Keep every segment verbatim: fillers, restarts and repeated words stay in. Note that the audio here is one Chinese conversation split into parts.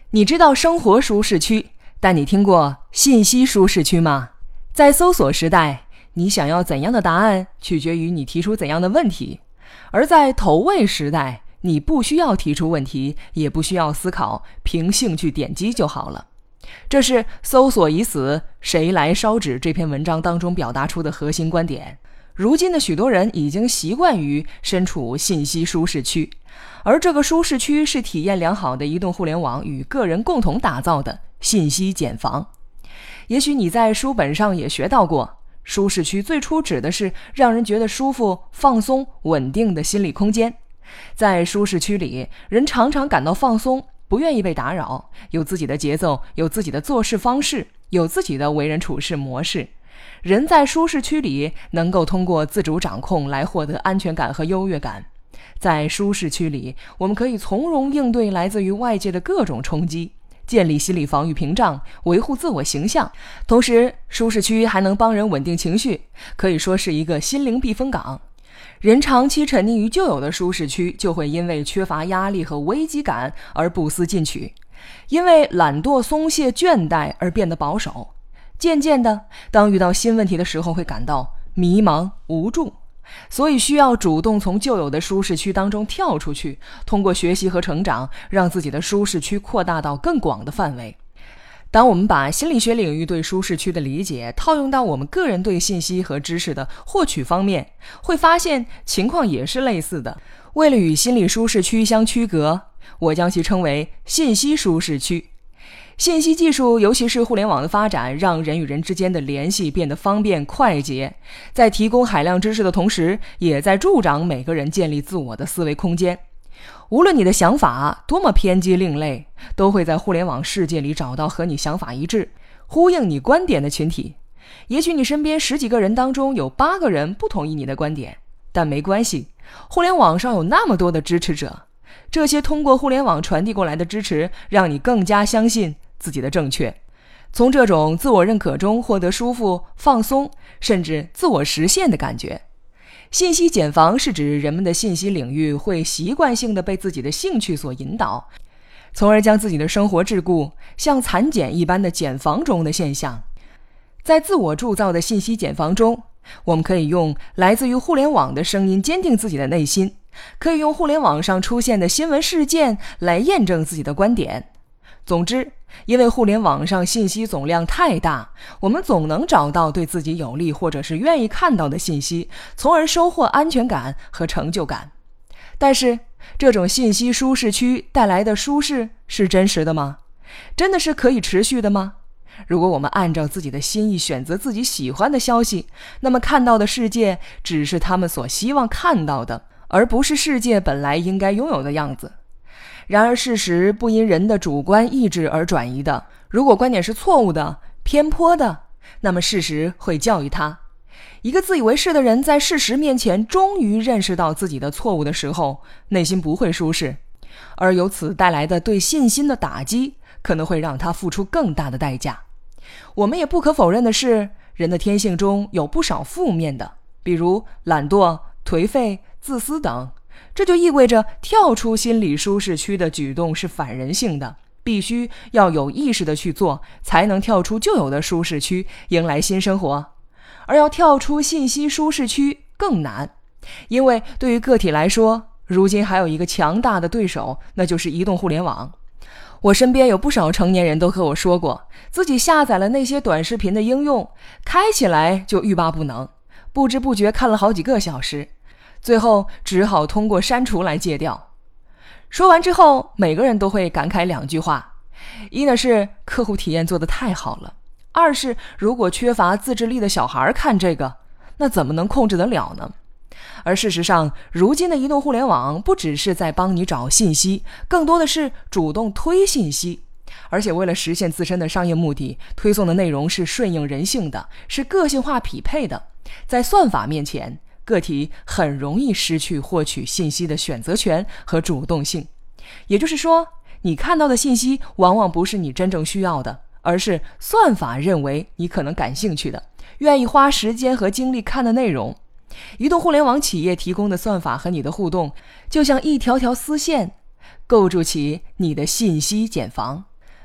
你知道生活舒适区，但你听过信息舒适区吗？在搜索时代，你想要怎样的答案取决于你提出怎样的问题，而在投喂时代，你不需要提出问题，也不需要思考，凭兴趣点击就好了。这是搜索已死，谁来烧纸这篇文章当中表达出的核心观点。如今的许多人已经习惯于身处信息舒适区，而这个舒适区是体验良好的移动互联网与个人共同打造的信息茧房。也许你在书本上也学到过，舒适区最初指的是让人觉得舒服、放松、稳定的心理空间。在舒适区里，人常常感到放松，不愿意被打扰，有自己的节奏，有自己的做事方式，有自己的为人处事模式。人在舒适区里能够通过自主掌控来获得安全感和优越感。在舒适区里，我们可以从容应对来自于外界的各种冲击，建立心理防御屏障，维护自我形象。同时，舒适区还能帮人稳定情绪，可以说是一个心灵避风港。人长期沉溺于旧有的舒适区，就会因为缺乏压力和危机感而不思进取，因为懒惰、松懈、倦怠而变得保守。渐渐的，当遇到新问题的时候，会感到迷茫无助，所以需要主动从旧有的舒适区当中跳出去，通过学习和成长，让自己的舒适区扩大到更广的范围。当我们把心理学领域对舒适区的理解套用到我们个人对信息和知识的获取方面，会发现情况也是类似的。为了与心理舒适区相区隔，我将其称为信息舒适区。信息技术，尤其是互联网的发展，让人与人之间的联系变得方便快捷，在提供海量知识的同时，也在助长每个人建立自我的思维空间。无论你的想法多么偏激另类，都会在互联网世界里找到和你想法一致、呼应你观点的群体。也许你身边十几个人当中有八个人不同意你的观点，但没关系，互联网上有那么多的支持者，这些通过互联网传递过来的支持，让你更加相信自己的正确，从这种自我认可中获得舒服、放松，甚至自我实现的感觉。信息茧房是指人们的信息领域会习惯性的被自己的兴趣所引导，从而将自己的生活桎梏，像蚕茧一般的茧房中的现象。在自我铸造的信息茧房中，我们可以用来自于互联网的声音坚定自己的内心，可以用互联网上出现的新闻事件来验证自己的观点。总之，因为互联网上信息总量太大，我们总能找到对自己有利或者是愿意看到的信息，从而收获安全感和成就感。但是，这种信息舒适区带来的舒适是真实的吗？真的是可以持续的吗？如果我们按照自己的心意选择自己喜欢的消息，那么看到的世界只是他们所希望看到的，而不是世界本来应该拥有的样子。然而事实不因人的主观意志而转移的，如果观点是错误的、偏颇的，那么事实会教育他。一个自以为是的人在事实面前终于认识到自己的错误的时候，内心不会舒适，而由此带来的对信心的打击可能会让他付出更大的代价。我们也不可否认的是，人的天性中有不少负面的，比如懒惰、颓废、自私等。这就意味着跳出心理舒适区的举动是反人性的，必须要有意识的去做，才能跳出旧有的舒适区，迎来新生活。而要跳出信息舒适区更难，因为对于个体来说，如今还有一个强大的对手，那就是移动互联网。我身边有不少成年人都和我说过，自己下载了那些短视频的应用，开起来就欲罢不能，不知不觉看了好几个小时，最后只好通过删除来戒掉。说完之后，每个人都会感慨两句话，一呢是客户体验做得太好了，二是如果缺乏自制力的小孩看这个，那怎么能控制得了呢？而事实上，如今的移动互联网不只是在帮你找信息，更多的是主动推信息，而且为了实现自身的商业目的，推送的内容是顺应人性的，是个性化匹配的。在算法面前，个体很容易失去获取信息的选择权和主动性。也就是说，你看到的信息往往不是你真正需要的，而是算法认为你可能感兴趣的，愿意花时间和精力看的内容。移动互联网企业提供的算法和你的互动，就像一条条丝线，构筑起你的信息茧房。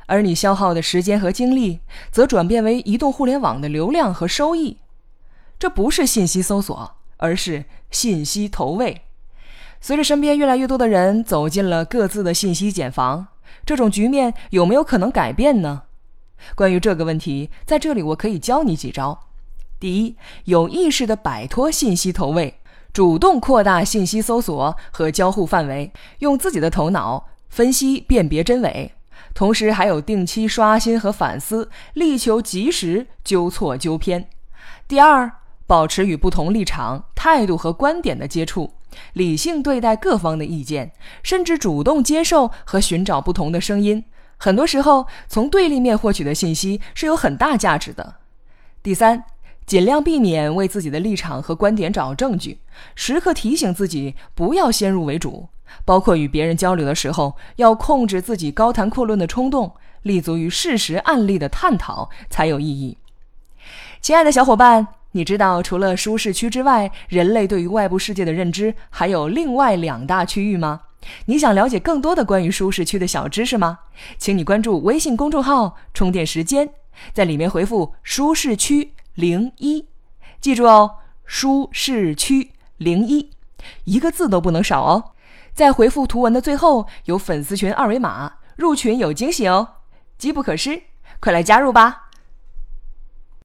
而你消耗的时间和精力则转变为移动互联网的流量和收益。这不是信息搜索，而是信息投喂。随着身边越来越多的人走进了各自的信息茧房，这种局面有没有可能改变呢？关于这个问题，在这里我可以教你几招。第一，有意识地摆脱信息投喂，主动扩大信息搜索和交互范围，用自己的头脑分析辨别真伪，同时还有定期刷新和反思，力求及时纠错纠偏。第二，保持与不同立场、态度和观点的接触，理性对待各方的意见，甚至主动接受和寻找不同的声音。很多时候，从对立面获取的信息是有很大价值的。第三，尽量避免为自己的立场和观点找证据，时刻提醒自己不要先入为主，包括与别人交流的时候，要控制自己高谈阔论的冲动，立足于事实案例的探讨才有意义。亲爱的小伙伴，你知道除了舒适区之外，人类对于外部世界的认知还有另外两大区域吗？你想了解更多的关于舒适区的小知识吗？请你关注微信公众号充电时间，在里面回复舒适区零一，记住哦，舒适区零一，一个字都不能少哦。在回复图文的最后有粉丝群二维码，入群有惊喜哦，机不可失，快来加入吧。